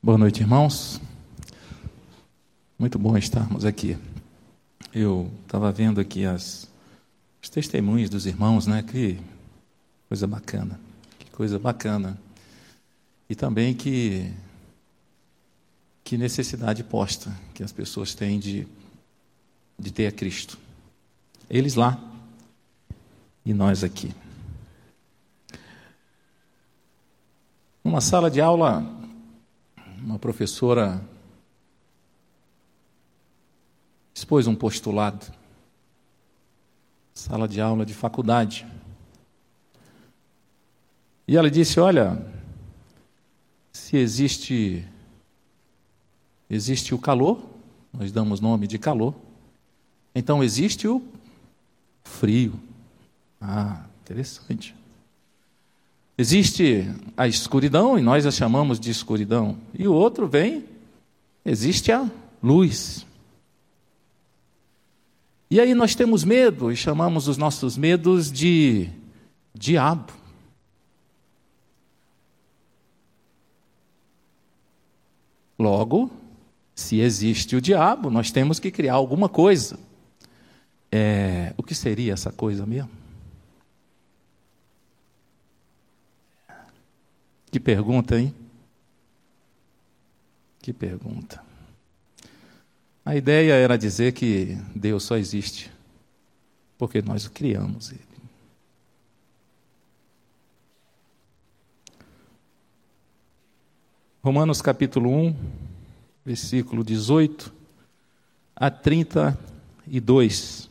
Boa noite, irmãos. Muito bom estarmos aqui. Eu estava vendo aqui os testemunhos dos irmãos, né? Que coisa bacana, que coisa bacana. E também que necessidade posta que as pessoas têm de ter a Cristo. Eles lá e nós aqui. Numa sala de aula, uma professora expôs um postulado, sala de aula de faculdade. E ela disse, olha, se existe o calor, nós damos nome de calor, então existe o frio. Ah, interessante. Existe a escuridão, e nós a chamamos de escuridão. E o outro existe a luz. E aí nós temos medo, e chamamos os nossos medos de diabo. Logo, se existe o diabo, nós temos que criar alguma coisa. O que seria essa coisa mesmo? Que pergunta, hein? Que pergunta. A ideia era dizer que Deus só existe porque nós o criamos Ele. Romanos capítulo 1, versículo 18 a 32.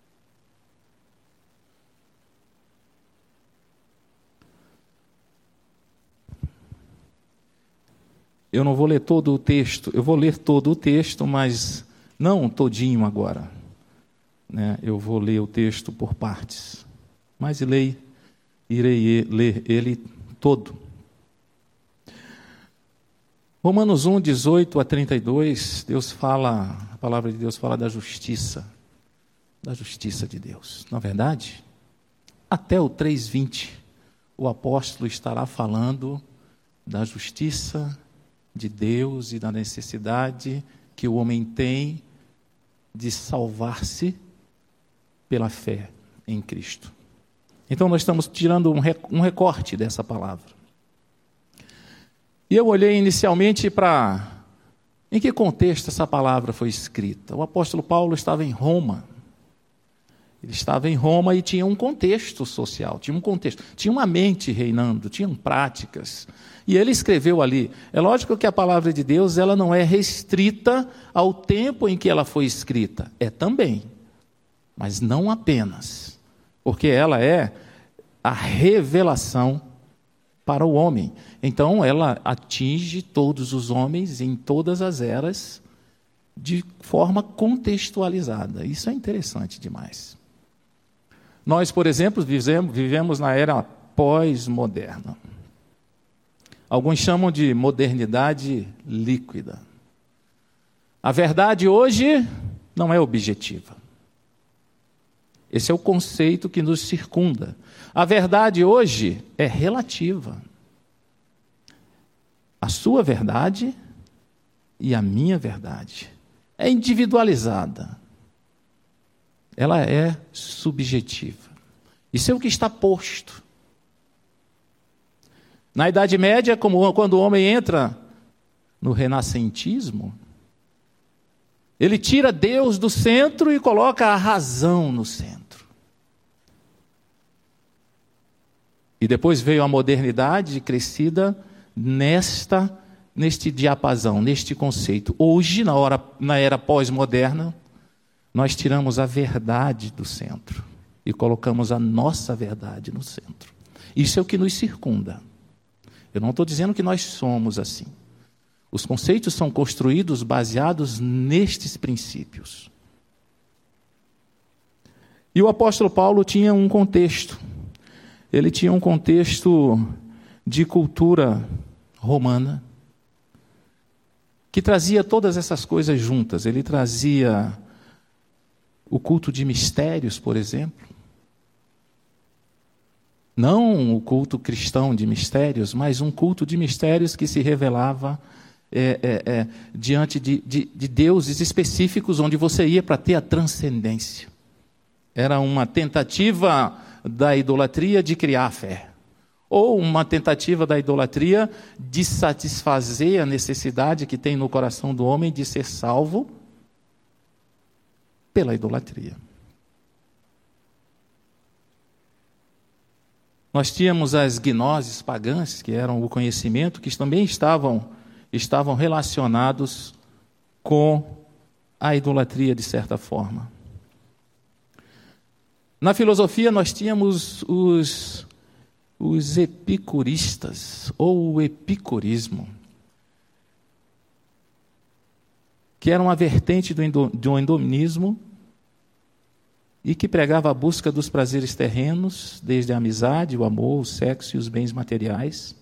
Eu não vou ler todo o texto, eu vou ler todo o texto, mas não todinho agora. Eu vou ler o texto por partes, mas irei ler ele todo. Romanos 1, 18 a 32, a palavra de Deus fala da justiça de Deus. Na verdade, até o 3:20, o apóstolo estará falando da justiça de Deus e da necessidade que o homem tem de salvar-se pela fé em Cristo. Então nós estamos tirando um recorte dessa palavra. E eu olhei inicialmente para em que contexto essa palavra foi escrita. O apóstolo Paulo estava em Roma. Ele estava em Roma e tinha um contexto social, tinha uma mente reinando, tinham práticas. E ele escreveu ali. É lógico que a palavra de Deus ela não é restrita ao tempo em que ela foi escrita. É também, mas não apenas. Porque ela é a revelação para o homem. Então ela atinge todos os homens em todas as eras de forma contextualizada. Isso é interessante demais. Nós, por exemplo, vivemos na era pós-moderna. Alguns chamam de modernidade líquida. A verdade hoje não é objetiva. Esse é o conceito que nos circunda. A verdade hoje é relativa. A sua verdade e a minha verdade é individualizada. Ela é subjetiva. Isso é o que está posto. Na Idade Média, quando o homem entra no renascentismo, ele tira Deus do centro e coloca a razão no centro. E depois veio a modernidade crescida neste diapasão, neste conceito. Hoje, na era pós-moderna, nós tiramos a verdade do centro e colocamos a nossa verdade no centro. Isso é o que nos circunda. Eu não estou dizendo que nós somos assim. Os conceitos são construídos baseados nestes princípios. E o apóstolo Paulo tinha um contexto. Ele tinha um contexto de cultura romana que trazia todas essas coisas juntas. Ele trazia o culto de mistérios, por exemplo. Não o culto cristão de mistérios, mas um culto de mistérios que se revelava diante de deuses específicos, onde você ia para ter a transcendência. Era uma tentativa da idolatria de criar a fé, ou uma tentativa da idolatria de satisfazer a necessidade que tem no coração do homem de ser salvo pela idolatria. Nós tínhamos as gnoses pagãs, que eram o conhecimento, que também estavam relacionados com a idolatria, de certa forma. Na filosofia, nós tínhamos os epicuristas, ou o epicurismo, que era uma vertente do hedonismo e que pregava a busca dos prazeres terrenos, desde a amizade, o amor, o sexo e os bens materiais.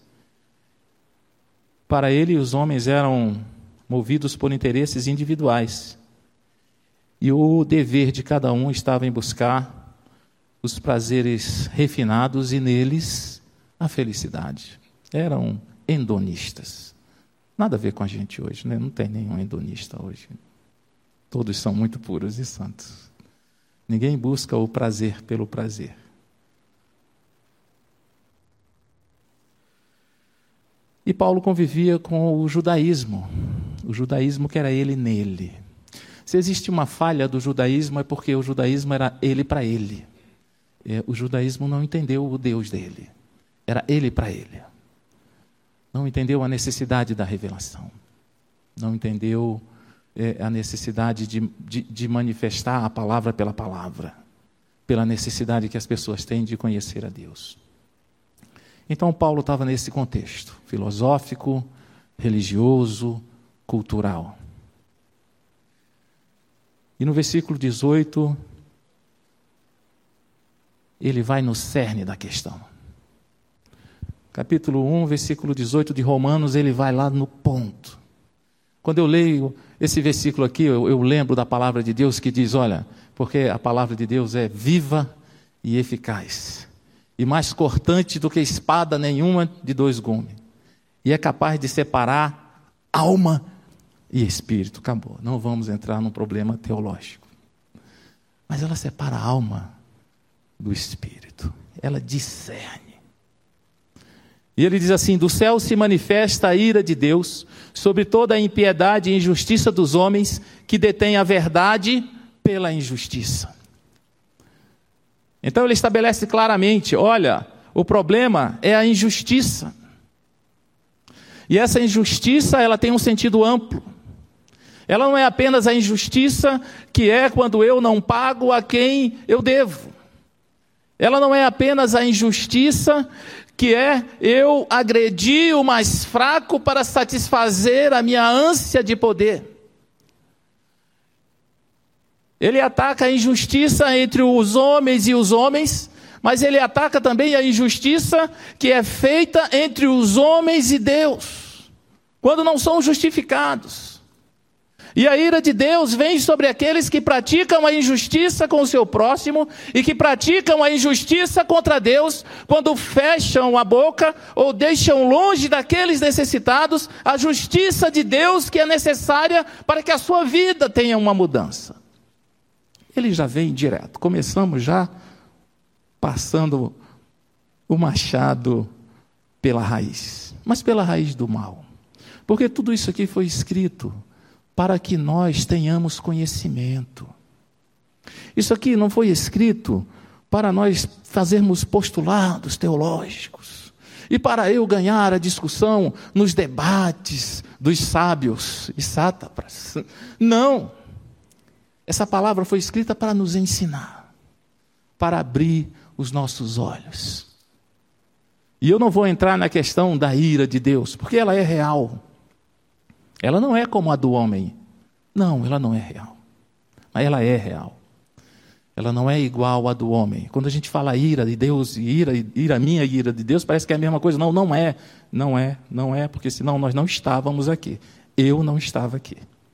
Para ele, os homens eram movidos por interesses individuais, e o dever de cada um estava em buscar os prazeres refinados e neles a felicidade. Eram hedonistas. Nada a ver com a gente hoje, né? Não tem nenhum hedonista hoje. Todos são muito puros e santos. Ninguém busca o prazer pelo prazer. E Paulo convivia com o judaísmo que era ele nele. Se existe uma falha do judaísmo, é porque o judaísmo era ele para ele. O judaísmo não entendeu o Deus dele. Era ele para ele. Não entendeu a necessidade da revelação. Não entendeu a necessidade de manifestar a palavra pela palavra. Pela necessidade que as pessoas têm de conhecer a Deus. Então Paulo estava nesse contexto filosófico, religioso, cultural. E no versículo 18, ele vai no cerne da questão. Capítulo 1, versículo 18 de Romanos, ele vai lá no ponto. Quando eu leio esse versículo aqui, eu lembro da palavra de Deus que diz, olha, porque a palavra de Deus é viva e eficaz, e mais cortante do que espada nenhuma de dois gumes, e é capaz de separar alma e espírito. Acabou, não vamos entrar num problema teológico. Mas ela separa a alma do espírito, ela discerne. E ele diz assim, do céu se manifesta a ira de Deus sobre toda a impiedade e injustiça dos homens que detêm a verdade pela injustiça. Então ele estabelece claramente, olha, o problema é a injustiça. E essa injustiça, ela tem um sentido amplo. Ela não é apenas a injustiça que é quando eu não pago a quem eu devo. Ela não é apenas a injustiça que é eu agredir o mais fraco para satisfazer a minha ânsia de poder. Ele ataca a injustiça entre os homens e os homens, mas ele ataca também a injustiça que é feita entre os homens e Deus, quando não são justificados. E a ira de Deus vem sobre aqueles que praticam a injustiça com o seu próximo e que praticam a injustiça contra Deus, quando fecham a boca ou deixam longe daqueles necessitados a justiça de Deus que é necessária para que a sua vida tenha uma mudança. Ele já vem direto. Começamos já passando o machado pela raiz, mas pela raiz do mal. Porque tudo isso aqui foi escrito para que nós tenhamos conhecimento. Isso aqui não foi escrito para nós fazermos postulados teológicos e para eu ganhar a discussão nos debates dos sábios e sátrapas. Não. Essa palavra foi escrita para nos ensinar, para abrir os nossos olhos. E eu não vou entrar na questão da ira de Deus, porque ela é real. Ela não é como a do homem. Não, ela não é real. Mas ela é real. Ela não é igual à do homem. Quando a gente fala ira de Deus, ira minha e ira de Deus, parece que é a mesma coisa. Não, não é. Não é, porque senão nós não estávamos aqui. Eu não estava aqui.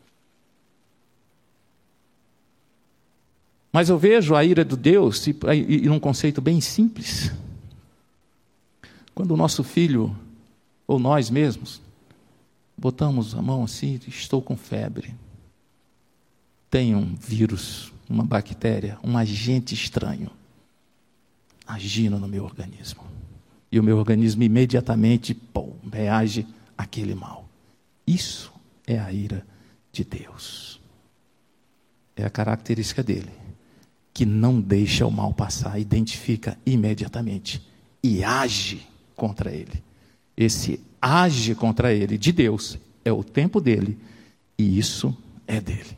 Mas eu vejo a ira de Deus, e num conceito bem simples, quando o nosso filho, ou nós mesmos, botamos a mão assim, estou com febre. Tem um vírus, uma bactéria, um agente estranho agindo no meu organismo. E o meu organismo imediatamente reage àquele mal. Isso é a ira de Deus. É a característica dele, que não deixa o mal passar, identifica imediatamente e age contra ele. Esse age contra ele de Deus é o tempo dele, e isso é dele.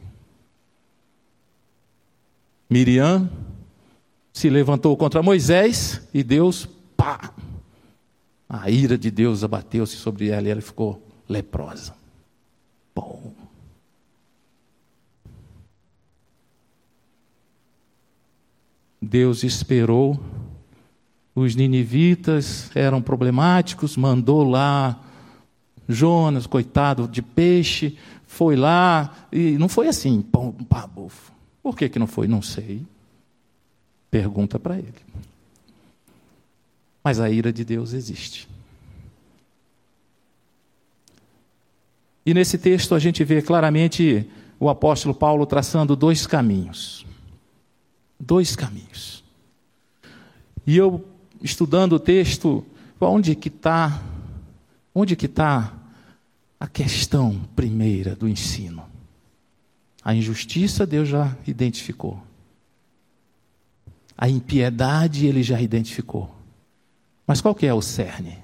Miriam se levantou contra Moisés e Deus, a ira de Deus abateu-se sobre ela e ela ficou leprosa. Bom. Deus esperou, os ninivitas eram problemáticos, mandou lá Jonas, coitado de peixe, foi lá, e não foi assim, bufo. Por que não foi? Não sei. Pergunta para ele. Mas a ira de Deus existe. E nesse texto a gente vê claramente o apóstolo Paulo traçando dois caminhos. Dois caminhos. E eu, estudando o texto, onde que está a questão primeira do ensino? A injustiça Deus já identificou. A impiedade ele já identificou. Mas qual que é o cerne?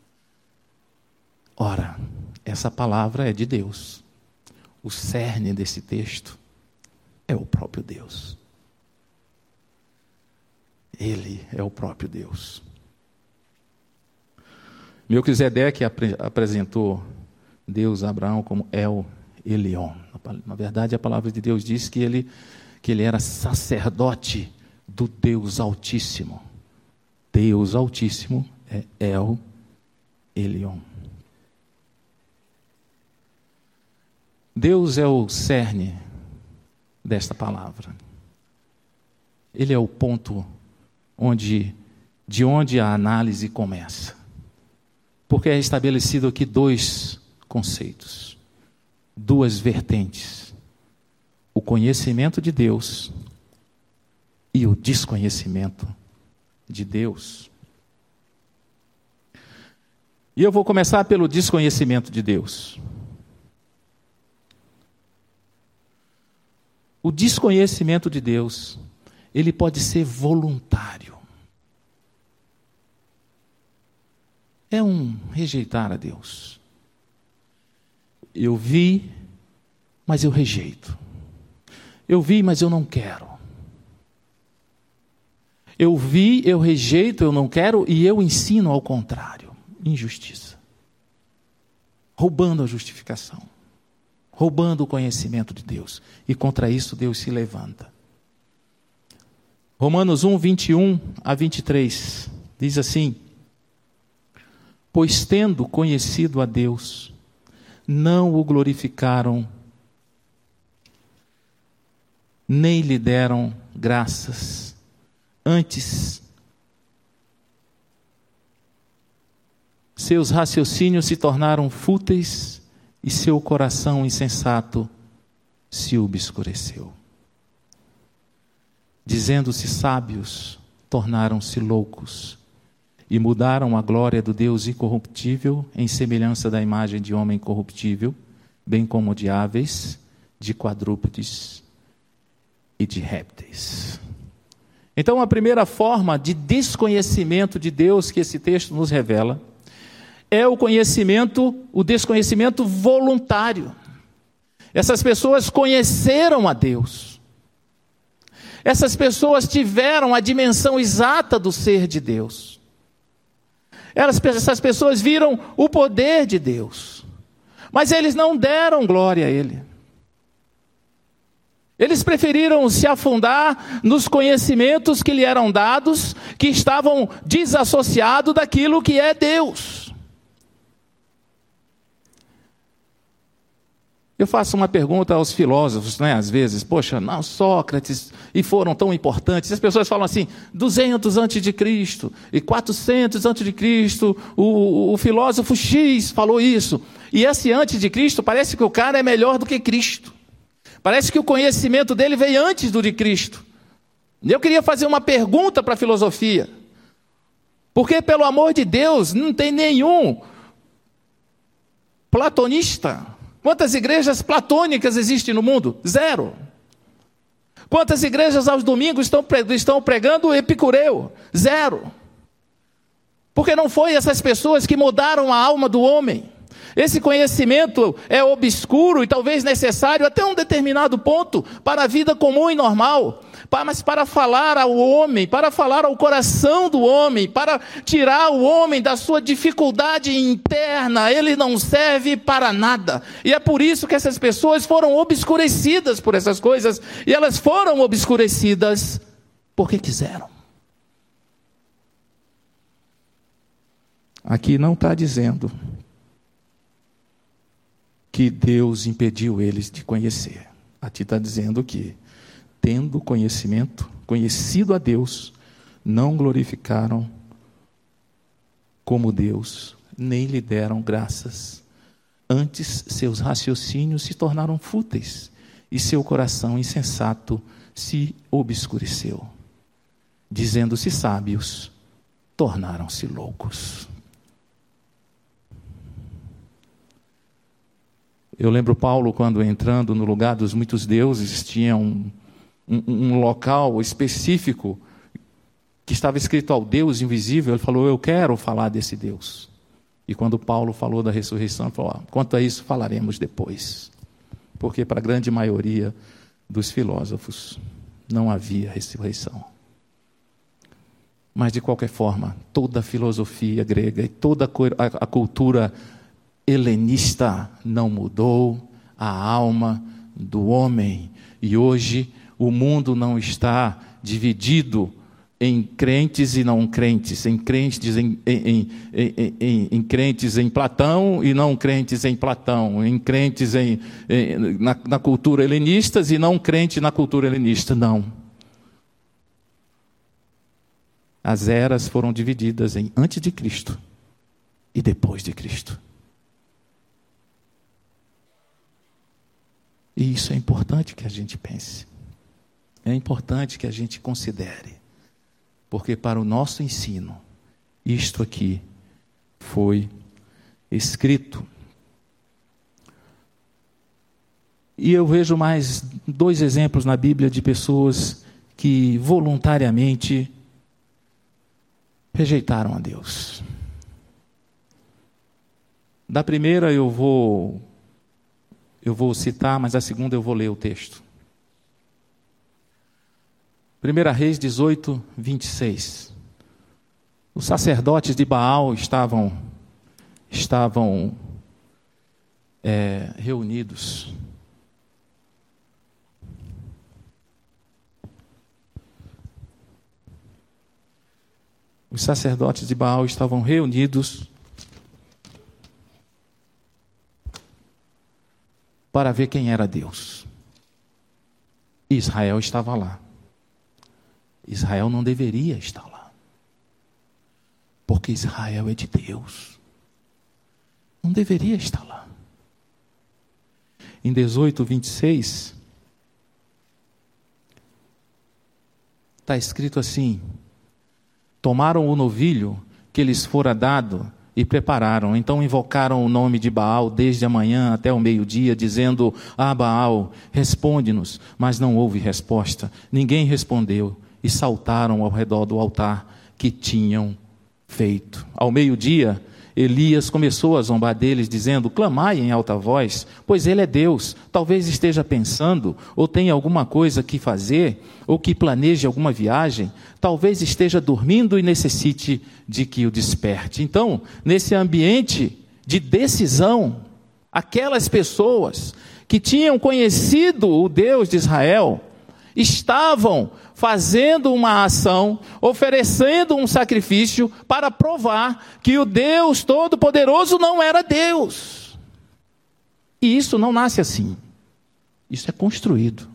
Ora, essa palavra é de Deus. O cerne desse texto é o próprio Deus. Ele é o próprio Deus. Melquisedeque apresentou Deus a Abraão como El Elyon. Na verdade, a palavra de Deus diz que ele era sacerdote do Deus Altíssimo. Deus Altíssimo é El Elyon. Deus é o cerne desta palavra. Ele é o ponto de onde a análise começa. Porque é estabelecido aqui dois conceitos, duas vertentes: o conhecimento de Deus e o desconhecimento de Deus. E eu vou começar pelo desconhecimento de Deus. O desconhecimento de Deus, ele pode ser voluntário. É um rejeitar a Deus. Eu vi, mas eu rejeito. Eu vi, mas eu não quero. Eu vi, eu rejeito, eu não quero, e eu ensino ao contrário. Injustiça. Roubando a justificação. Roubando o conhecimento de Deus. E contra isso Deus se levanta. Romanos 1, 21 a 23. Diz assim: pois tendo conhecido a Deus, não o glorificaram, nem lhe deram graças. Antes, seus raciocínios se tornaram fúteis e seu coração insensato se obscureceu. Dizendo-se sábios, tornaram-se loucos e mudaram a glória do Deus incorruptível em semelhança da imagem de homem corruptível, bem como de aves, de quadrúpedes e de répteis. Então, a primeira forma de desconhecimento de Deus que esse texto nos revela é o desconhecimento voluntário. Essas pessoas conheceram a Deus. Essas pessoas tiveram a dimensão exata do ser de Deus. Essas pessoas viram o poder de Deus. Mas eles não deram glória a Ele. Eles preferiram se afundar nos conhecimentos que lhe eram dados, que estavam desassociados daquilo que é Deus. Eu faço uma pergunta aos filósofos, né, às vezes, poxa, não, Sócrates, e foram tão importantes. As pessoas falam assim, 200 antes de Cristo, e 400 antes de Cristo, o filósofo X falou isso. E esse antes de Cristo, parece que o cara é melhor do que Cristo. Parece que o conhecimento dele veio antes do de Cristo. Eu queria fazer uma pergunta para a filosofia. Porque, pelo amor de Deus, não tem nenhum platonista. Quantas igrejas platônicas existem no mundo? 0. Quantas igrejas aos domingos estão pregando epicureu? 0. Porque não foi essas pessoas que mudaram a alma do homem. Esse conhecimento é obscuro e talvez necessário até um determinado ponto para a vida comum e normal. Mas para falar ao homem, para falar ao coração do homem, para tirar o homem da sua dificuldade interna, ele não serve para nada. E é por isso que essas pessoas foram obscurecidas por essas coisas. E elas foram obscurecidas porque quiseram. Aqui não está dizendo que Deus impediu eles de conhecer. Aqui está dizendo que, tendo conhecido a Deus, não glorificaram como Deus, nem lhe deram graças. Antes, seus raciocínios se tornaram fúteis, e seu coração insensato se obscureceu. Dizendo-se sábios, tornaram-se loucos. Eu lembro Paulo, quando entrando no lugar dos muitos deuses, tinha um local específico que estava escrito ao Deus invisível. Ele falou, eu quero falar desse Deus. E quando Paulo falou da ressurreição, ele falou, quanto a isso falaremos depois. Porque para a grande maioria dos filósofos não havia ressurreição. Mas de qualquer forma, toda a filosofia grega e toda a cultura helenista não mudou a alma do homem. E hoje o mundo não está dividido em crentes e não crentes, em crentes em crentes em Platão e não crentes em Platão, em crentes na cultura helenistas e não crente na cultura helenista, não. As eras foram divididas em antes de Cristo e depois de Cristo. E isso é importante que a gente pense. É importante que a gente considere. Porque para o nosso ensino, isto aqui foi escrito. E eu vejo mais 2 exemplos na Bíblia de pessoas que voluntariamente rejeitaram a Deus. Da primeira eu vou citar, mas a segunda eu vou ler o texto. 1 Reis 18, 26. Os sacerdotes de Baal estavam reunidos. Os sacerdotes de Baal estavam reunidos para ver quem era Deus. Israel estava lá. Israel não deveria estar lá. Porque Israel é de Deus. Não deveria estar lá. Em 18, 26, está escrito assim: tomaram o novilho que lhes fora dado e prepararam. Então invocaram o nome de Baal desde a manhã até o meio-dia, dizendo: Baal, responde-nos. Mas não houve resposta. Ninguém respondeu. E saltaram ao redor do altar que tinham feito. Ao meio-dia, Elias começou a zombar deles, dizendo: clamai em alta voz, pois ele é Deus. Talvez esteja pensando, ou tenha alguma coisa que fazer, ou que planeje alguma viagem. Talvez esteja dormindo e necessite de que o desperte. Então, nesse ambiente de decisão, aquelas pessoas que tinham conhecido o Deus de Israel, estavam fazendo uma ação, oferecendo um sacrifício para provar que o Deus Todo-Poderoso não era Deus. E isso não nasce assim. Isso é construído.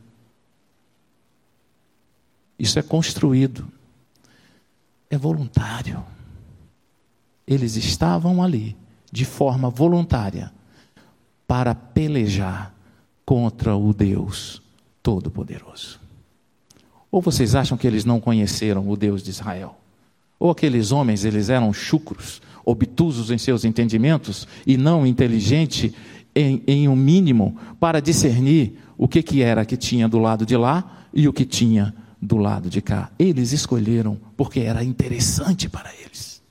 Isso é construído. É voluntário. Eles estavam ali, de forma voluntária, para pelejar contra o Deus Todo-Poderoso. Ou vocês acham que eles não conheceram o Deus de Israel? Ou aqueles homens, eles eram chucros, obtusos em seus entendimentos e não inteligentes em um mínimo para discernir o que era que tinha do lado de lá e o que tinha do lado de cá. Eles escolheram porque era interessante para eles.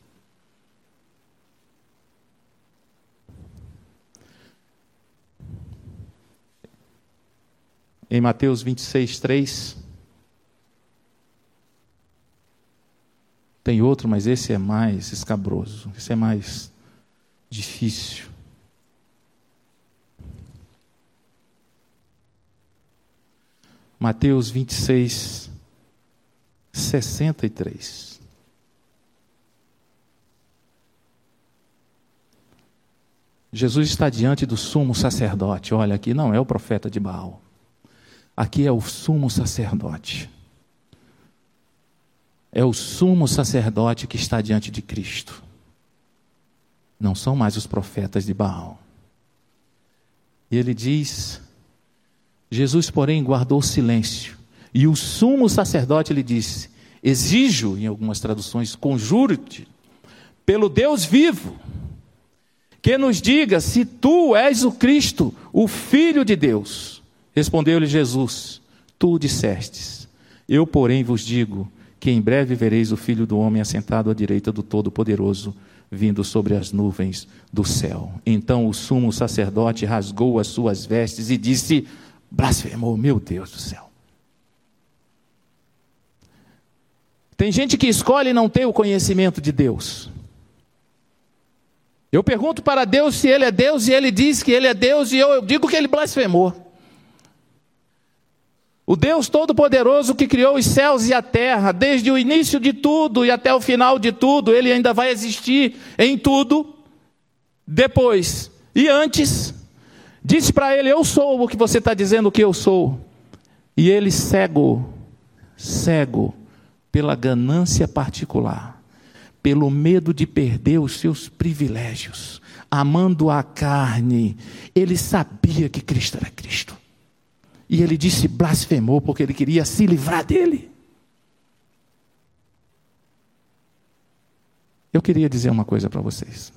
Em Mateus 26, 3, tem outro, mas esse é mais escabroso, esse é mais difícil. Mateus 26, 63. Jesus está diante do sumo sacerdote. Olha, aqui não é o profeta de Baal. Aqui é o sumo sacerdote. É o sumo sacerdote que está diante de Cristo. Não são mais os profetas de Baal. E ele diz: Jesus, porém, guardou silêncio. E o sumo sacerdote lhe disse: exijo, em algumas traduções, conjuro-te, pelo Deus vivo, que nos diga se tu és o Cristo, o Filho de Deus. Respondeu-lhe Jesus: tu dissestes. Eu, porém, vos digo que em breve vereis o Filho do Homem assentado à direita do Todo-Poderoso, vindo sobre as nuvens do céu. Então o sumo sacerdote rasgou as suas vestes e disse: blasfemou, meu Deus do céu. Tem gente que escolhe não ter o conhecimento de Deus. Eu pergunto para Deus se Ele é Deus, e Ele diz que Ele é Deus, e eu digo que Ele blasfemou. O Deus Todo-Poderoso que criou os céus e a terra, desde o início de tudo e até o final de tudo, Ele ainda vai existir em tudo, depois e antes, disse para ele: eu sou o que você está dizendo que eu sou. E ele cego pela ganância particular, pelo medo de perder os seus privilégios, amando a carne, ele sabia que Cristo era Cristo. E ele disse blasfemou, porque ele queria se livrar dele. Eu queria dizer uma coisa para vocês.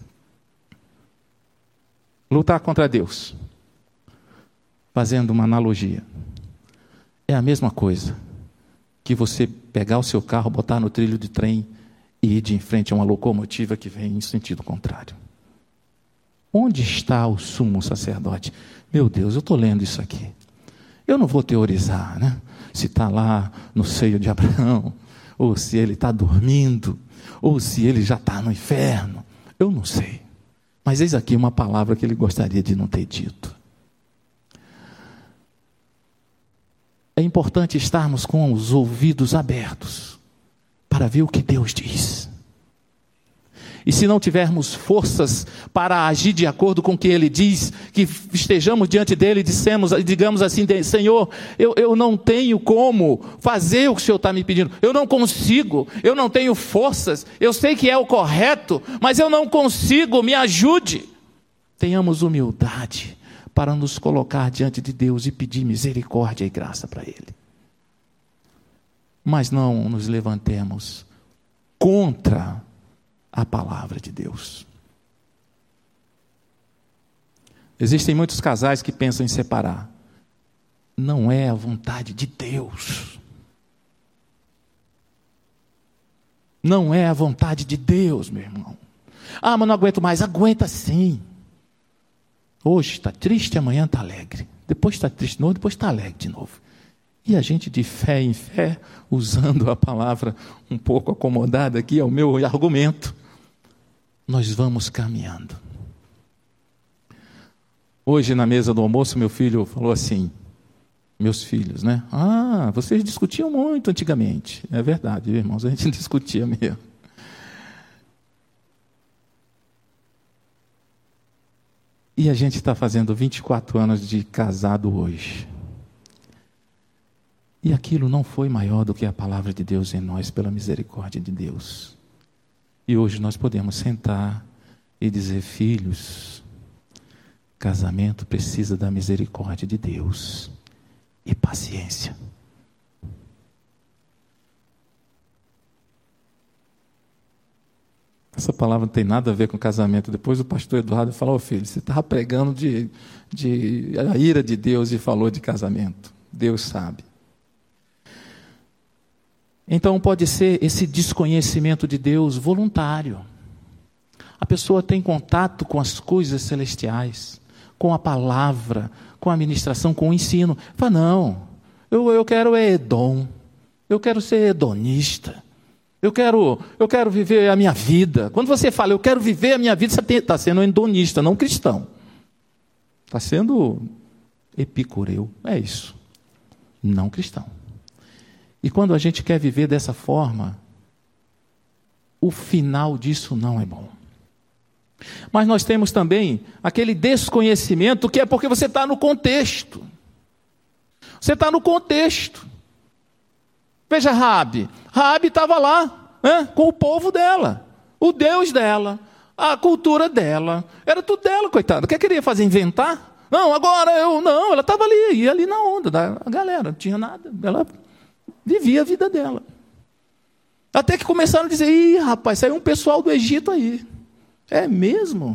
Lutar contra Deus, fazendo uma analogia, é a mesma coisa que você pegar o seu carro, botar no trilho de trem e ir de frente a uma locomotiva que vem em sentido contrário. Onde está o sumo sacerdote? Meu Deus, eu estou lendo isso aqui. Eu não vou teorizar, né? Se está lá no seio de Abraão, ou se ele está dormindo, ou se ele já está no inferno. Eu não sei. Mas eis aqui uma palavra que ele gostaria de não ter dito. É importante estarmos com os ouvidos abertos para ver o que Deus diz. E se não tivermos forças para agir de acordo com o que Ele diz, que estejamos diante dEle e digamos assim: Senhor, eu não tenho como fazer o que o Senhor está me pedindo. Eu não consigo, eu não tenho forças. Eu sei que é o correto, mas eu não consigo, me ajude. Tenhamos humildade para nos colocar diante de Deus e pedir misericórdia e graça para Ele. Mas não nos levantemos contra a palavra de Deus. Existem muitos casais que pensam em separar. Não é a vontade de Deus. Não é a vontade de Deus, meu irmão. Ah, mas não aguento mais. Aguenta sim. Hoje está triste, amanhã está alegre. Depois está triste de novo, depois está alegre de novo. E a gente de fé em fé, usando a palavra um pouco acomodada aqui, é o meu argumento, nós vamos caminhando. Hoje na mesa do almoço, meu filho falou assim, meus filhos, né? Ah, vocês discutiam muito antigamente. É verdade, irmãos, a gente discutia mesmo. . E a gente está fazendo 24 anos de casado hoje. E aquilo não foi maior do que a palavra de Deus em nós, pela misericórdia de Deus. E hoje nós podemos sentar e dizer: filhos, casamento precisa da misericórdia de Deus e paciência. Essa palavra não tem nada a ver com casamento. Depois o pastor Eduardo falou: filho, você estava pregando a ira de Deus e falou de casamento. Deus sabe. Então pode ser esse desconhecimento de Deus voluntário. A pessoa tem contato com as coisas celestiais, com a palavra, com a ministração, com o ensino. Fala: não, eu quero Edom, eu quero ser hedonista, eu quero viver a minha vida. Quando você fala eu quero viver a minha vida, você está sendo hedonista, não cristão. Está sendo epicureu, é isso, não cristão. E quando a gente quer viver dessa forma, o final disso não é bom. Mas nós temos também aquele desconhecimento que é porque você está no contexto. Você está no contexto. Veja Raabe. Raabe estava lá, com o povo dela, o Deus dela, a cultura dela. Era tudo dela, coitada. O que queria fazer? Inventar? Não, agora eu... Não, ela estava ali, ia ali na onda da galera. Não tinha nada. Ela vivia a vida dela. Até que começaram a dizer: ih, rapaz, saiu um pessoal do Egito aí. É mesmo?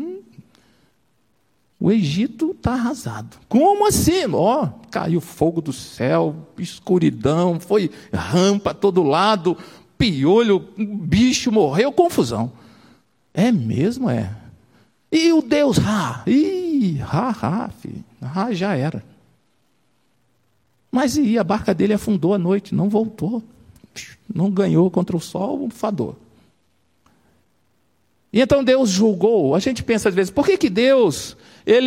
O Egito está arrasado. Como assim? Caiu fogo do céu, escuridão, foi rã para todo lado, piolho, um bicho morreu, confusão. É mesmo? É. E o Deus Ra? Filho. Ra já era. Mas a barca dele afundou à noite, não voltou. Não ganhou contra o sol, fadou. E então Deus julgou. A gente pensa às vezes: por que Deus,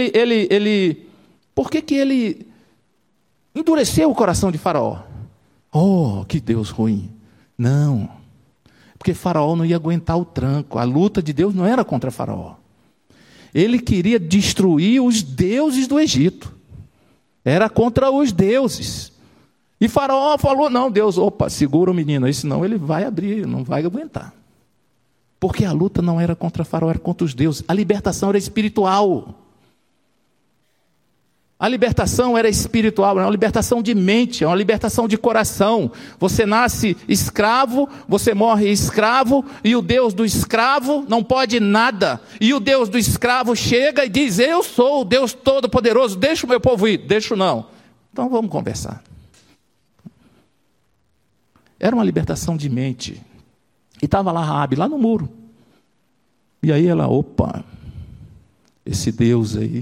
por que ele endureceu o coração de Faraó? Oh, que Deus ruim. Não, porque Faraó não ia aguentar o tranco. A luta de Deus não era contra Faraó. Ele queria destruir os deuses do Egito. Era contra os deuses. E Faraó falou: não, Deus, segura o menino aí, senão ele vai abrir, não vai aguentar. Porque a luta não era contra Faraó, era contra os deuses. A libertação era espiritual. A libertação era espiritual, é uma libertação de mente, é uma libertação de coração. Você nasce escravo, você morre escravo, e o Deus do escravo não pode nada. E o Deus do escravo chega e diz: eu sou o Deus Todo-Poderoso, deixa o meu povo ir. Deixa não. Então vamos conversar. Era uma libertação de mente. E estava lá Raabe, lá no muro. E aí ela: esse Deus aí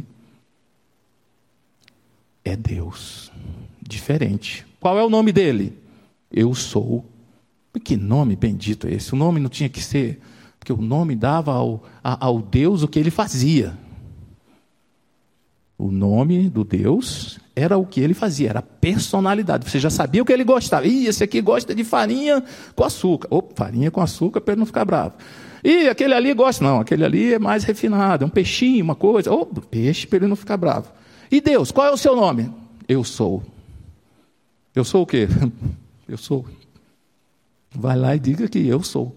é Deus, diferente. Qual é o nome dele? Eu sou. Que nome bendito é esse? O nome não tinha que ser, porque o nome dava ao Deus o que ele fazia. O nome do Deus era o que ele fazia, era a personalidade. Você já sabia o que ele gostava. Esse aqui gosta de farinha com açúcar. Farinha com açúcar para ele não ficar bravo. E aquele ali gosta, não, aquele ali é mais refinado, é um peixinho, uma coisa. Peixe para ele não ficar bravo. E Deus, qual é o seu nome? Eu sou. Eu sou o quê? Eu sou. Vai lá e diga que eu sou.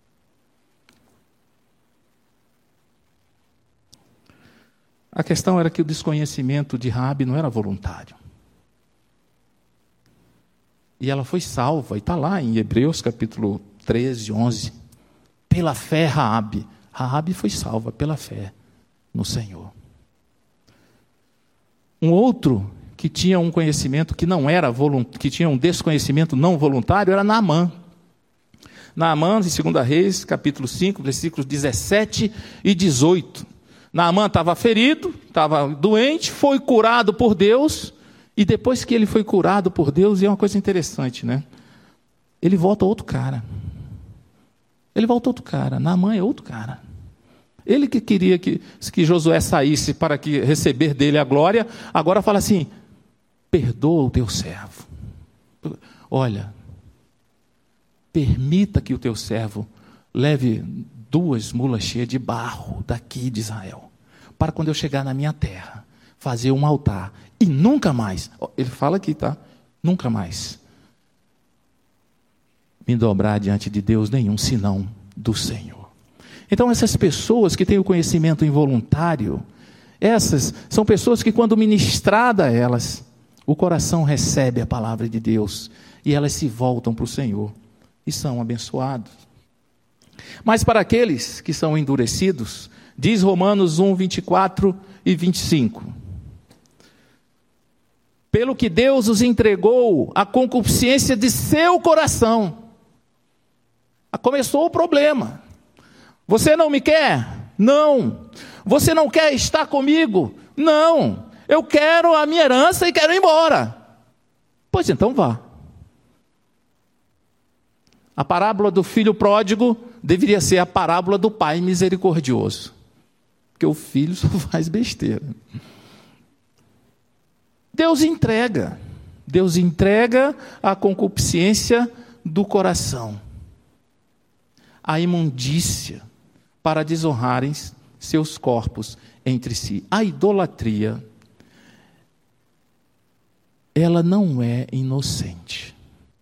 A questão era que o desconhecimento de Raabe não era voluntário. E ela foi salva, e está lá em Hebreus capítulo 13, 11. Pela fé, Raabe. Raabe foi salva pela fé no Senhor. Um outro que tinha um conhecimento que não era que tinha um desconhecimento não voluntário era Naamã. Naamã, em 2 Reis, capítulo 5, versículos 17 e 18. Naamã estava ferido, estava doente, foi curado por Deus, e depois que ele foi curado por Deus, e é uma coisa interessante, né? Ele volta outro cara. Naamã é outro cara. Ele que queria que Josué saísse para receber dele a glória, agora fala assim: perdoa o teu servo. Olha, permita que o teu servo leve 2 mulas cheias de barro daqui de Israel. para quando eu chegar na minha terra, fazer um altar e nunca mais, ele fala aqui, tá? Nunca mais me dobrar diante de Deus nenhum, senão do Senhor. Então essas pessoas que têm o conhecimento involuntário, essas são pessoas que quando ministrada a elas, o coração recebe a palavra de Deus e elas se voltam para o Senhor e são abençoados. Mas para aqueles que são endurecidos, diz Romanos 1, 24 e 25. Pelo que Deus os entregou à concupiscência de seu coração. Começou o problema. Você não me quer? Não. Você não quer estar comigo? Não. Eu quero a minha herança e quero ir embora. Pois então vá. A parábola do filho pródigo deveria ser a parábola do pai misericordioso. Porque o filho só faz besteira. Deus entrega a concupiscência do coração, a imundícia, para desonrarem seus corpos entre si. A idolatria, ela não é inocente.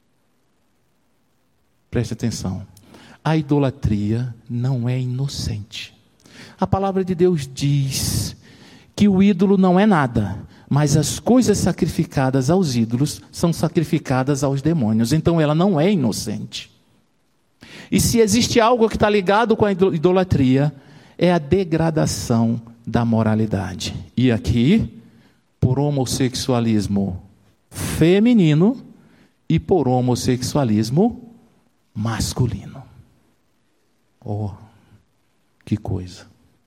Preste atenção. A idolatria não é inocente. A palavra de Deus diz que o ídolo não é nada, mas as coisas sacrificadas aos ídolos são sacrificadas aos demônios. Então ela não é inocente. E se existe algo que está ligado com a idolatria, é a degradação da moralidade. E aqui, por homossexualismo feminino e por homossexualismo masculino. Oh, que coisa.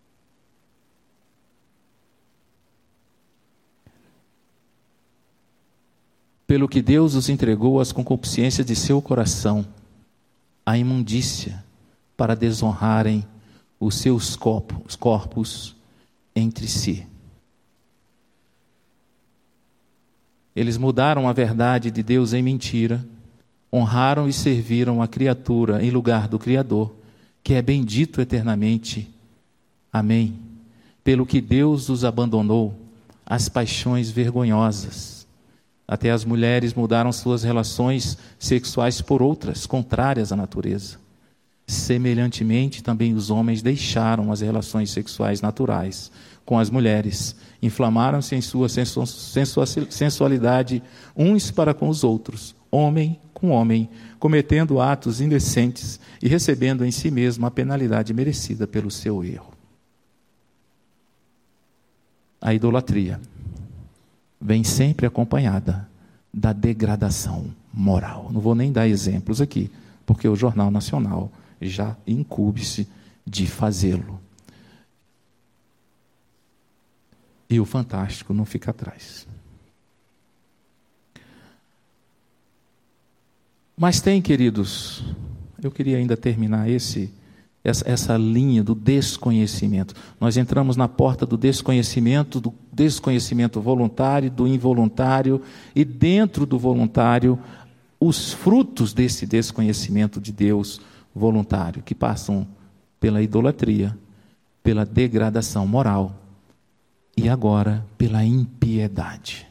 Pelo que Deus os entregou às concupiscências de seu coração, a imundícia, para desonrarem os seus corpos entre si. Eles mudaram a verdade de Deus em mentira, honraram e serviram a criatura em lugar do Criador, que é bendito eternamente. Amém. Pelo que Deus os abandonou às paixões vergonhosas. Até as mulheres mudaram suas relações sexuais por outras, contrárias à natureza. Semelhantemente, também os homens deixaram as relações sexuais naturais com as mulheres, inflamaram-se em sua sensualidade uns para com os outros, homem com homem, cometendo atos indecentes e recebendo em si mesmo a penalidade merecida pelo seu erro. A idolatria vem sempre acompanhada da degradação moral. Não vou nem dar exemplos aqui, porque o Jornal Nacional já incumbe-se de fazê-lo. E o fantástico não fica atrás. Mas tem, queridos, eu queria ainda terminar essa linha do desconhecimento. Nós entramos na porta do desconhecimento voluntário, do involuntário, e dentro do voluntário, os frutos desse desconhecimento de Deus voluntário, que passam pela idolatria, pela degradação moral e agora pela impiedade.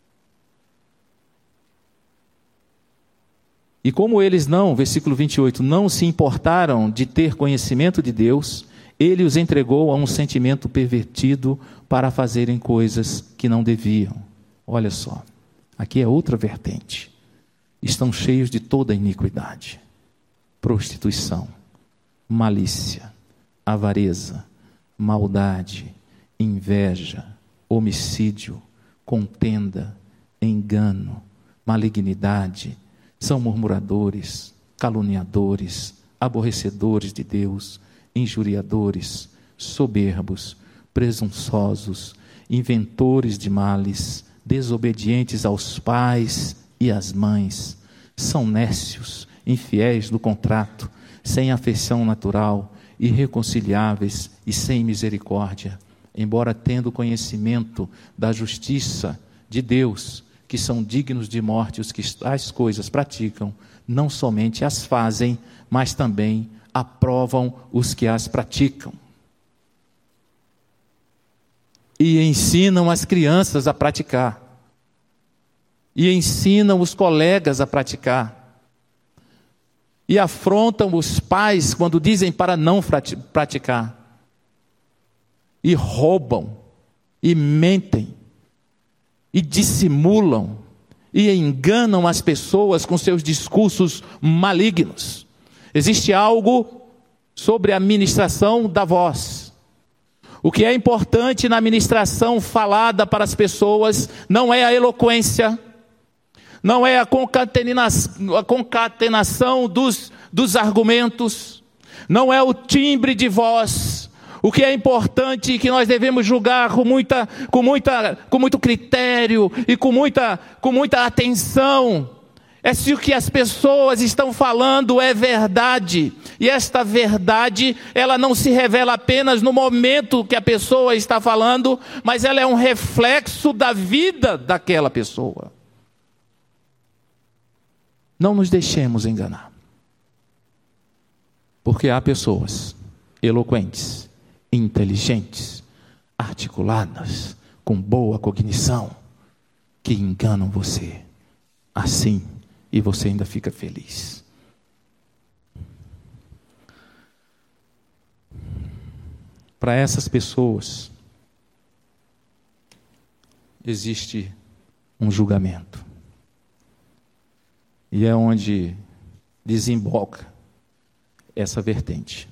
E como eles versículo 28, não se importaram de ter conhecimento de Deus, ele os entregou a um sentimento pervertido para fazerem coisas que não deviam. Olha só, aqui é outra vertente. Estão cheios de toda iniquidade, prostituição, malícia, avareza, maldade, inveja, homicídio, contenda, engano, malignidade. São murmuradores, caluniadores, aborrecedores de Deus, injuriadores, soberbos, presunçosos, inventores de males, desobedientes aos pais e às mães. São nécios, infiéis no contrato, sem afeição natural, irreconciliáveis e sem misericórdia. Embora tendo conhecimento da justiça de Deus, que são dignos de morte os que tais coisas praticam, não somente as fazem, mas também aprovam os que as praticam. e ensinam as crianças a praticar, e ensinam os colegas a praticar, e afrontam os pais quando dizem para não praticar, e roubam, e mentem, e dissimulam, e enganam as pessoas com seus discursos malignos. Existe algo sobre a ministração da voz. O que é importante na ministração falada para as pessoas não é a eloquência, não é a concatenação dos argumentos, não é o timbre de voz. O que é importante e que nós devemos julgar com muito critério e com muita atenção é se o que as pessoas estão falando é verdade. E esta verdade, ela não se revela apenas no momento que a pessoa está falando, mas ela é um reflexo da vida daquela pessoa. Não nos deixemos enganar. Porque há pessoas eloquentes, inteligentes, articuladas, com boa cognição, que enganam você. Assim, e você ainda fica feliz. Para essas pessoas, existe um julgamento. E é onde desemboca essa vertente.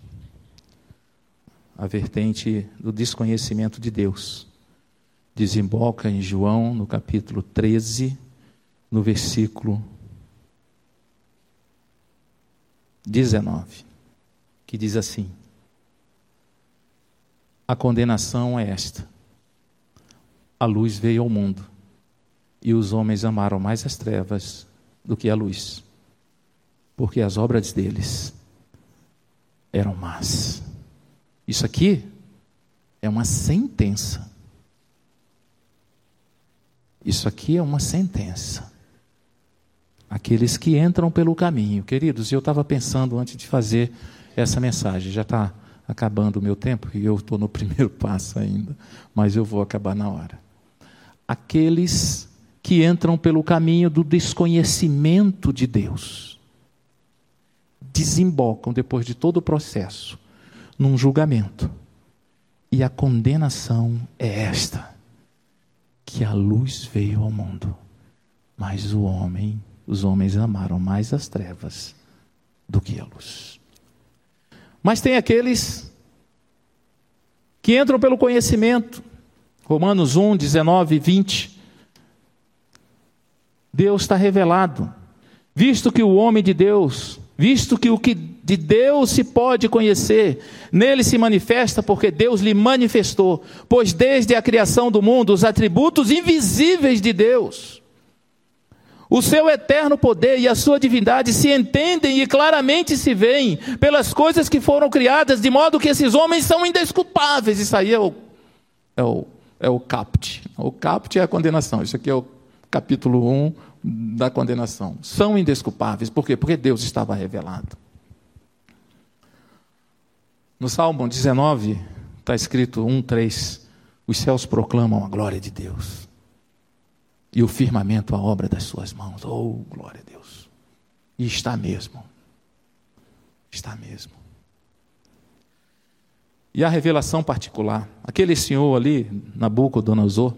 A vertente do desconhecimento de Deus. Desemboca em João, no capítulo 13, no versículo 19, que diz assim: a condenação é esta: a luz veio ao mundo, e os homens amaram mais as trevas do que a luz, porque as obras deles eram más. Isso aqui é uma sentença. Isso aqui é uma sentença. Aqueles que entram pelo caminho. Queridos, eu estava pensando antes de fazer essa mensagem. Já está acabando o meu tempo e eu estou no primeiro passo ainda. Mas eu vou acabar na hora. Aqueles que entram pelo caminho do desconhecimento de Deus desembocam, depois de todo o processo, num julgamento. E a condenação é esta: que a luz veio ao mundo, mas os homens amaram mais as trevas do que a luz. Mas tem aqueles que entram pelo conhecimento. Romanos 1, 19 e 20. Deus está revelado. Visto que o que de Deus se pode conhecer, nele se manifesta porque Deus lhe manifestou. Pois desde a criação do mundo, os atributos invisíveis de Deus, o seu eterno poder e a sua divindade se entendem e claramente se veem pelas coisas que foram criadas, de modo que esses homens são indesculpáveis. Isso aí é o caput. O caput é a condenação. Isso aqui é o capítulo 1 da condenação. São indesculpáveis. Por quê? Porque Deus estava revelado. No Salmo 19, está escrito 1:3, os céus proclamam a glória de Deus, e o firmamento a obra das suas mãos. Oh, glória a Deus! E está mesmo. Está mesmo. E a revelação particular. Aquele senhor ali, Nabucodonosor,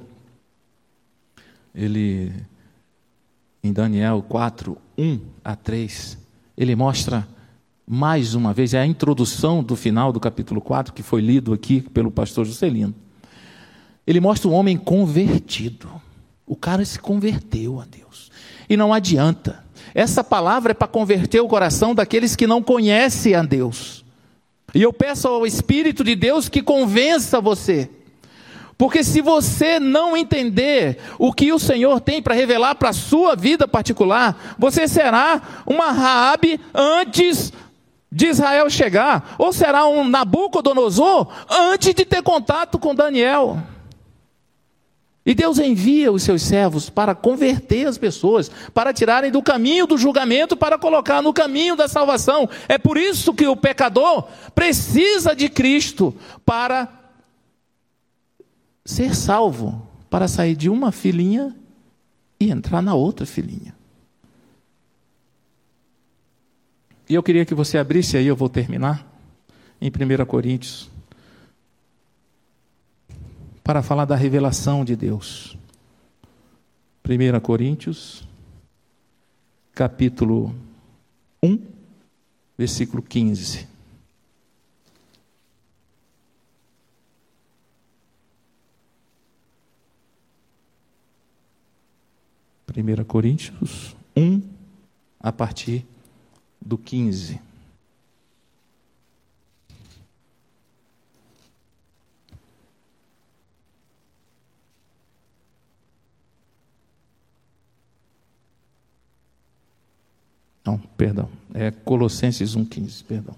ele, em Daniel 4, 1-3, ele mostra mais uma vez, é a introdução do final do capítulo 4, que foi lido aqui pelo pastor Juscelino. Ele mostra um homem convertido. O cara se converteu a Deus. E não adianta. Essa palavra é para converter o coração daqueles que não conhecem a Deus. E eu peço ao Espírito de Deus que convença você. Porque se você não entender o que o Senhor tem para revelar para a sua vida particular, você será uma Raabe antes de Israel chegar, ou será um Nabucodonosor antes de ter contato com Daniel. E Deus envia os seus servos para converter as pessoas, para tirarem do caminho do julgamento, para colocar no caminho da salvação. É por isso que o pecador precisa de Cristo para ser salvo para sair de uma filinha e entrar na outra filinha. E eu queria que você abrisse aí, eu vou terminar, em 1 Coríntios, para falar da revelação de Deus. 1 Coríntios, capítulo 1, versículo 15. Primeira Coríntios 1, a partir do 15. Não, perdão. É Colossenses 1,15, perdão.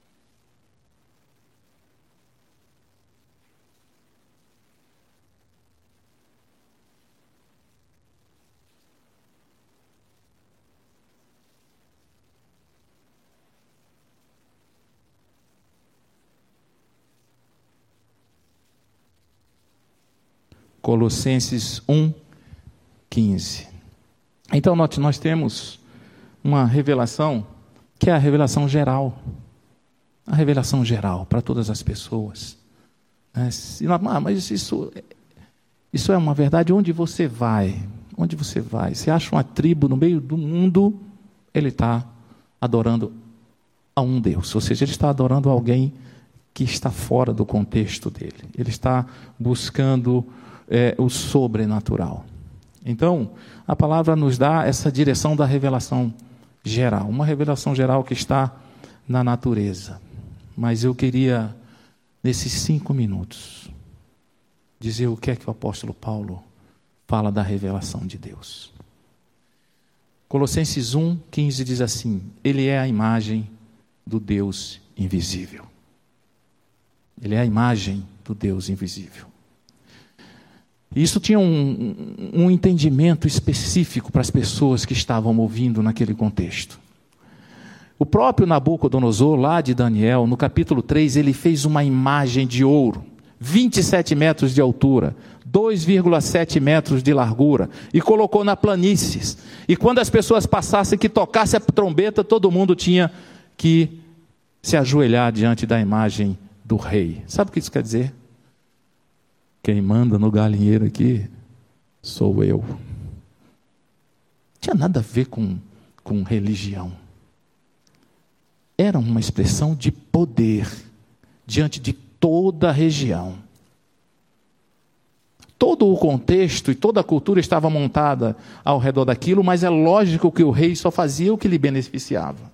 Colossenses 1,15. Então, note, nós temos uma revelação que é a revelação geral. A revelação geral para todas as pessoas. Mas isso é uma verdade. Onde você vai? Onde você vai? Você acha uma tribo no meio do mundo, ele está adorando a um Deus. Ou seja, ele está adorando alguém que está fora do contexto dele. Ele está buscando o sobrenatural. Então, a palavra nos dá essa direção da revelação geral. Uma revelação geral que está na natureza. Mas eu queria, nesses 5 minutos, dizer o que é que o apóstolo Paulo fala da revelação de Deus. Colossenses 1,15 diz assim: Ele é a imagem do Deus invisível. Ele é a imagem do Deus invisível. Isso tinha um entendimento específico para as pessoas que estavam ouvindo naquele contexto. O próprio Nabucodonosor, lá de Daniel, no capítulo 3, ele fez uma imagem de ouro, 27 metros de altura, 2,7 metros de largura, e colocou na planícies. E quando as pessoas passassem, que tocasse a trombeta, todo mundo tinha que se ajoelhar diante da imagem do rei. Sabe o que isso quer dizer? Quem manda no galinheiro aqui sou eu. Não tinha nada a ver com religião. Era uma expressão de poder diante de toda a região. Todo o contexto e toda a cultura estava montada ao redor daquilo, mas é lógico que o rei só fazia o que lhe beneficiava.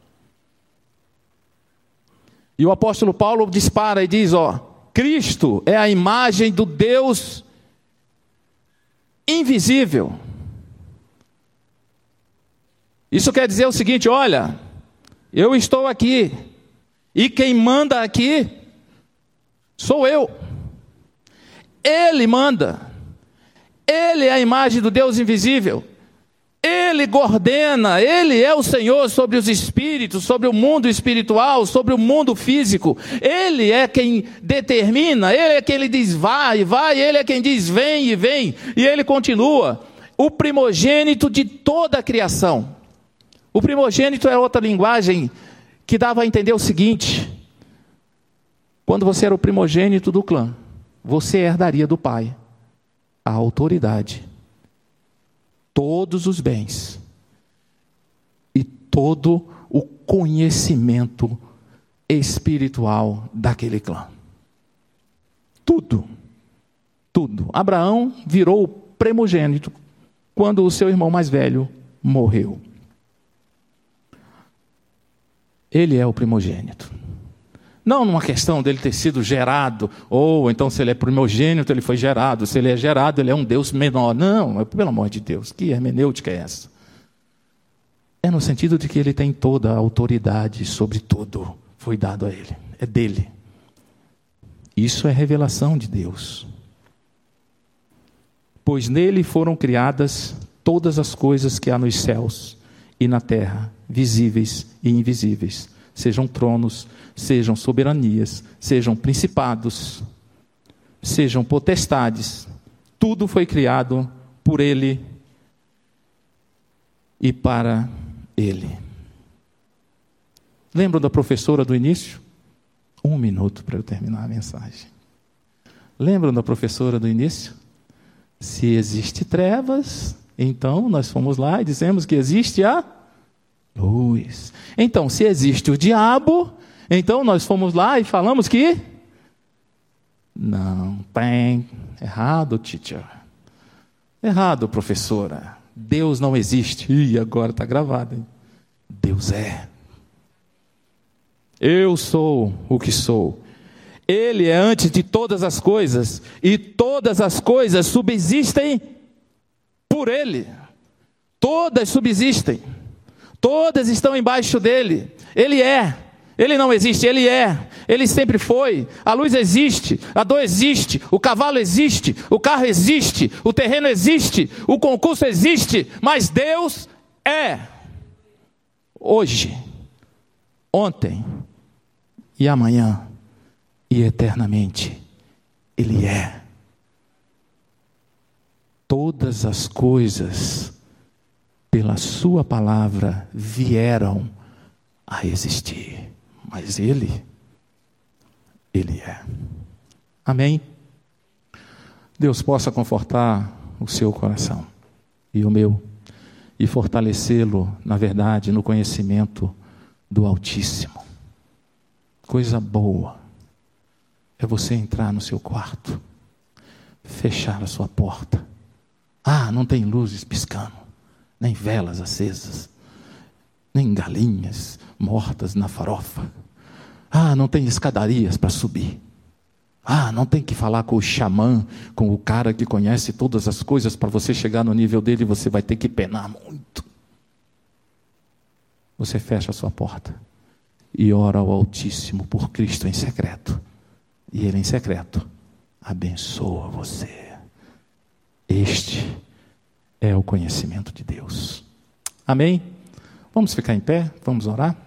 E o apóstolo Paulo dispara e diz, Cristo é a imagem do Deus invisível. Isso quer dizer o seguinte, olha, eu estou aqui, e quem manda aqui sou eu. Ele manda. Ele é a imagem do Deus invisível. Ele coordena, Ele é o Senhor sobre os espíritos, sobre o mundo espiritual, sobre o mundo físico. Ele é quem determina, Ele é quem diz vai e vai, Ele é quem diz vem e vem. E Ele continua, o primogênito de toda a criação. O primogênito é outra linguagem que dava a entender o seguinte: quando você era o primogênito do clã, você herdaria do pai a autoridade, todos os bens e todo o conhecimento espiritual daquele clã. Tudo. Abraão virou o primogênito quando o seu irmão mais velho morreu. Ele é o primogênito. Não numa questão dele ter sido gerado, ou então se ele é primogênito, ele foi gerado. Se ele é gerado, ele é um Deus menor. Não, pelo amor de Deus, que hermenêutica é essa? É no sentido de que ele tem toda a autoridade sobre tudo. Foi dado a ele, é dele. Isso é revelação de Deus. Pois nele foram criadas todas as coisas que há nos céus e na terra, visíveis e invisíveis. Sejam tronos, sejam soberanias, sejam principados. sejam potestades, tudo foi criado por Ele e para Ele. Lembram da professora do início? 1 minuto para eu terminar a mensagem. Lembram da professora do início? Se existe trevas, então nós fomos lá e dissemos que existe a luz. Então, se existe o diabo, então nós fomos lá e falamos que não tem. Errado, teacher. Errado, professora. Deus não existe. Ih, agora está gravado, hein? Deus é. Eu sou o que sou. Ele é antes de todas as coisas, e todas as coisas subsistem por Ele. Todas subsistem. Todas estão embaixo dele. Ele é. Ele não existe, Ele é. Ele sempre foi. A luz existe, a dor existe, o cavalo existe, o carro existe, o terreno existe, o concurso existe, mas Deus é. Hoje, ontem e amanhã e eternamente, Ele é. Todas as coisas, pela sua palavra, vieram a existir. Mas Ele é. Amém? Deus possa confortar o seu coração e o meu, e fortalecê-lo na verdade, no conhecimento do Altíssimo. Coisa boa é você entrar no seu quarto, fechar a sua porta. Não tem luzes piscando, nem velas acesas, nem galinhas mortas na farofa. Não tem escadarias para subir. Não tem que falar com o xamã, com o cara que conhece todas as coisas. Para você chegar no nível dele, você vai ter que penar muito. Você fecha a sua porta e ora ao Altíssimo por Cristo em secreto. E Ele em secreto abençoa você. Este é o conhecimento de Deus. Amém? Vamos ficar em pé, vamos orar?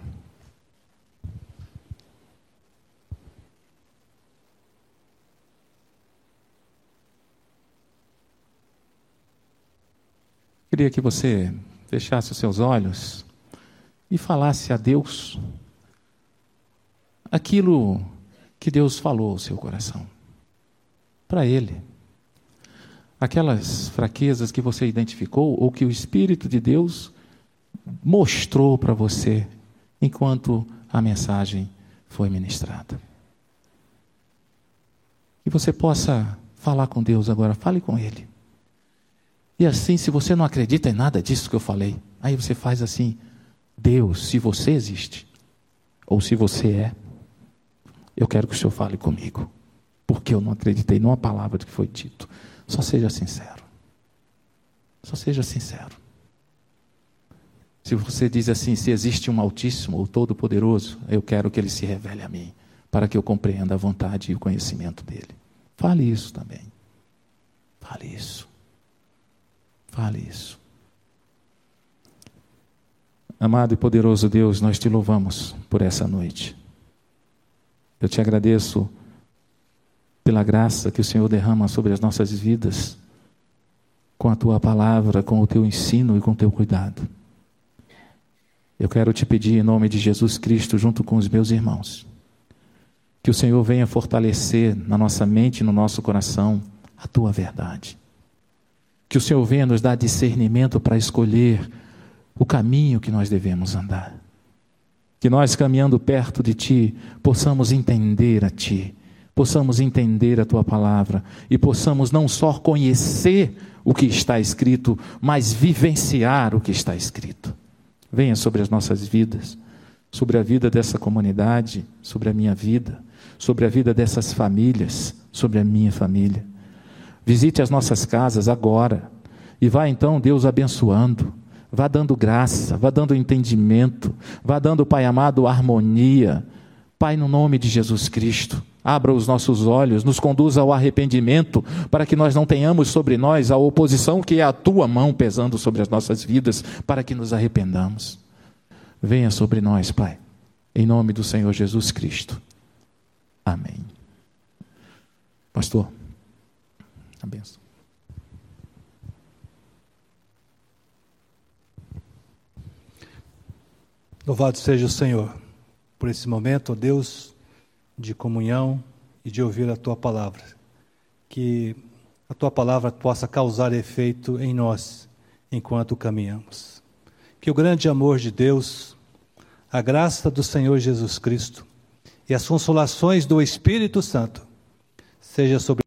Queria que você fechasse os seus olhos e falasse a Deus aquilo que Deus falou ao seu coração, para Ele. Aquelas fraquezas que você identificou ou que o Espírito de Deus mostrou para você enquanto a mensagem foi ministrada. Que você possa falar com Deus agora, fale com Ele. E assim, se você não acredita em nada disso que eu falei, aí você faz assim: Deus, se você existe, ou se você é, eu quero que o Senhor fale comigo, porque eu não acreditei numa palavra do que foi dito. Só seja sincero. Só seja sincero. Se você diz assim: se existe um Altíssimo, o Todo-Poderoso, eu quero que Ele se revele a mim, para que eu compreenda a vontade e o conhecimento dEle. Fale isso também. Fale isso. Fale isso. Amado e poderoso Deus, nós te louvamos por essa noite. Eu te agradeço pela graça que o Senhor derrama sobre as nossas vidas, com a tua palavra, com o teu ensino e com o teu cuidado. Eu quero te pedir em nome de Jesus Cristo, junto com os meus irmãos, que o Senhor venha fortalecer na nossa mente e no nosso coração a tua verdade. Que o Senhor venha nos dar discernimento para escolher o caminho que nós devemos andar. Que nós, caminhando perto de Ti, possamos entender a Ti, possamos entender a Tua palavra e possamos não só conhecer o que está escrito, mas vivenciar o que está escrito. Venha sobre as nossas vidas, sobre a vida dessa comunidade, sobre a minha vida, sobre a vida dessas famílias, sobre a minha família. Visite as nossas casas agora e vá então, Deus, abençoando. Vá dando graça, vá dando entendimento, vá dando, Pai amado, harmonia. Pai, no nome de Jesus Cristo, abra os nossos olhos, nos conduza ao arrependimento, para que nós não tenhamos sobre nós a oposição que é a Tua mão pesando sobre as nossas vidas, para que nos arrependamos. Venha sobre nós, Pai, em nome do Senhor Jesus Cristo. Amém. Pastor. A bênção. Louvado seja o Senhor por esse momento, ó Deus, de comunhão e de ouvir a Tua palavra. Que a Tua palavra possa causar efeito em nós enquanto caminhamos. Que o grande amor de Deus, a graça do Senhor Jesus Cristo e as consolações do Espírito Santo seja sobre